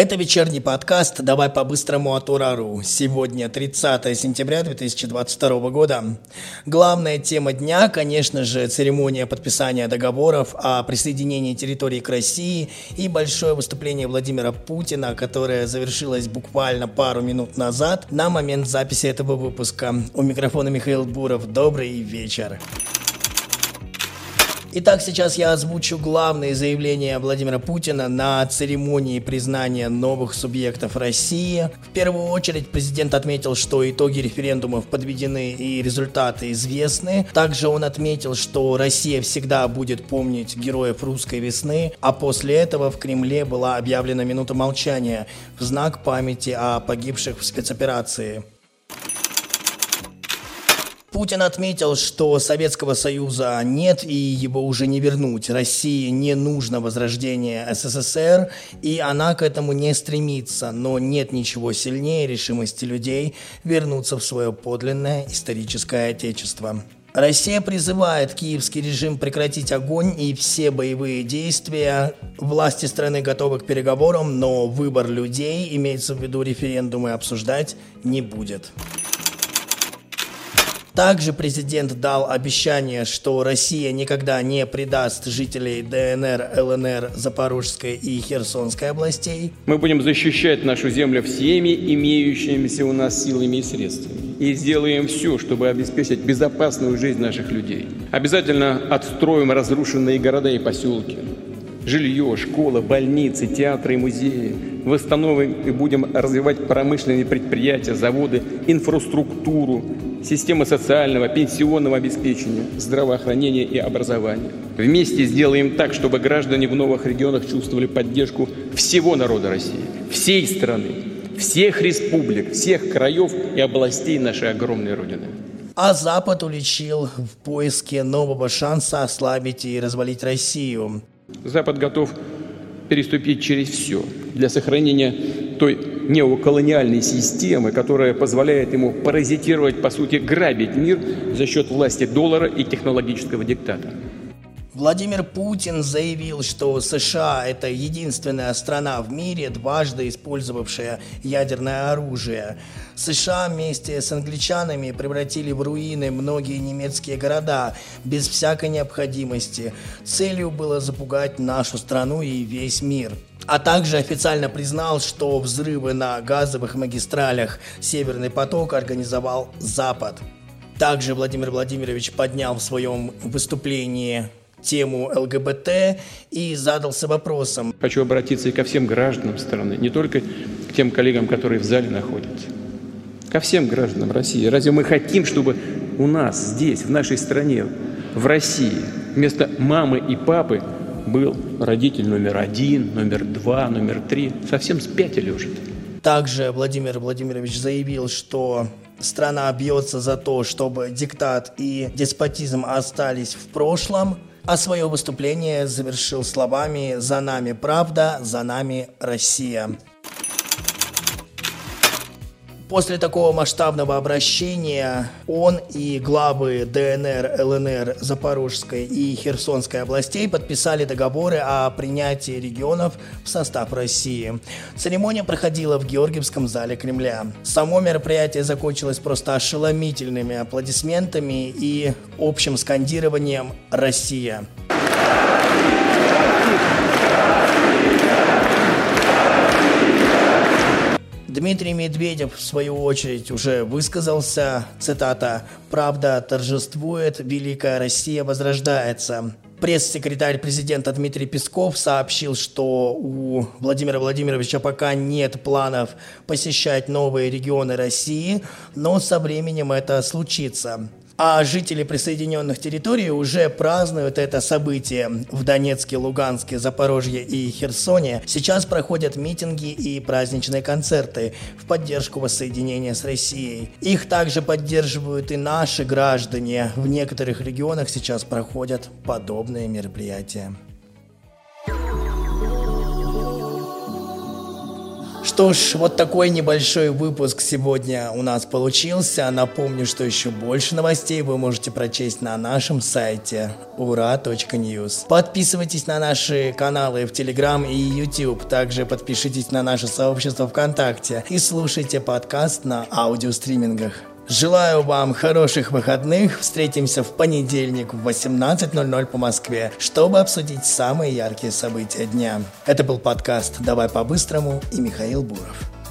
Это вечерний подкаст «Давай по-быстрому от Ура.ру». Сегодня 30 сентября 2022 года. Главная тема дня, конечно же, церемония подписания договоров о присоединении территории к России и большое выступление Владимира Путина, которое завершилось буквально пару минут назад на момент записи этого выпуска. У микрофона Михаил Буров. Добрый вечер. Итак, сейчас я озвучу главные заявления Владимира Путина на церемонии признания новых субъектов России. В первую очередь президент отметил, что итоги референдумов подведены и результаты известны. Также он отметил, что Россия всегда будет помнить героев русской весны, а после этого в Кремле была объявлена минута молчания в знак памяти о погибших в спецоперации. Путин отметил, что Советского Союза нет и его уже не вернуть. России не нужно возрождение СССР, и она к этому не стремится, но нет ничего сильнее решимости людей вернуться в свое подлинное историческое отечество. Россия призывает киевский режим прекратить огонь и все боевые действия. Власти страны готовы к переговорам, но выбор людей, имеется в виду референдумы, обсуждать не будет. Также президент дал обещание, что Россия никогда не предаст жителей ДНР, ЛНР, Запорожской и Херсонской областей. Мы будем защищать нашу землю всеми имеющимися у нас силами и средствами. И сделаем все, чтобы обеспечить безопасную жизнь наших людей. Обязательно отстроим разрушенные города и поселки. Жилье, школы, больницы, театры и музеи. Восстановим и будем развивать промышленные предприятия, заводы, инфраструктуру, системы социального, пенсионного обеспечения, здравоохранения и образования. Вместе сделаем так, чтобы граждане в новых регионах чувствовали поддержку всего народа России, всей страны, всех республик, всех краев и областей нашей огромной Родины. А Запад уличил в поиске нового шанса ослабить и развалить Россию. Запад готов переступить через все для сохранения той неоколониальной системы, которая позволяет ему паразитировать, по сути, грабить мир за счет власти доллара и технологического диктата. Владимир Путин заявил, что США – это единственная страна в мире, дважды использовавшая ядерное оружие. США вместе с англичанами превратили в руины многие немецкие города без всякой необходимости. Целью было запугать нашу страну и весь мир. А также официально признал, что взрывы на газовых магистралях «Северный поток» организовал Запад. Также Владимир Владимирович поднял в своем выступлении тему ЛГБТ и задался вопросом. Хочу обратиться и ко всем гражданам страны, не только к тем коллегам, которые в зале находятся, ко всем гражданам России. Разве мы хотим, чтобы у нас здесь, в нашей стране, в России, вместо мамы и папы был родитель номер 1, номер 2, номер 3? Совсем спятили уже. Также Владимир Владимирович заявил, что страна бьется за то, чтобы диктат и деспотизм остались в прошлом, а свое выступление завершил словами «За нами правда, за нами Россия». После такого масштабного обращения он и главы ДНР, ЛНР, Запорожской и Херсонской областей подписали договоры о принятии регионов в состав России. Церемония проходила в Георгиевском зале Кремля. Само мероприятие закончилось просто ошеломительными аплодисментами и общим скандированием «Россия». Дмитрий Медведев, в свою очередь, уже высказался, цитата, «Правда торжествует, Великая Россия возрождается». Пресс-секретарь президента Дмитрий Песков сообщил, что у Владимира Владимировича пока нет планов посещать новые регионы России, но со временем это случится. А жители присоединенных территорий уже празднуют это событие. В Донецке, Луганске, Запорожье и Херсоне сейчас проходят митинги и праздничные концерты в поддержку воссоединения с Россией. Их также поддерживают и наши граждане. В некоторых регионах сейчас проходят подобные мероприятия. Что ж, вот такой небольшой выпуск сегодня у нас получился. Напомню, что еще больше новостей вы можете прочесть на нашем сайте ura.news. Подписывайтесь на наши каналы в Telegram и YouTube. Также подпишитесь на наше сообщество ВКонтакте и слушайте подкаст на аудиостримингах. Желаю вам хороших выходных. Встретимся в понедельник в 18:00 по Москве, чтобы обсудить самые яркие события дня. Это был подкаст «Давай по-быстрому» и Михаил Буров.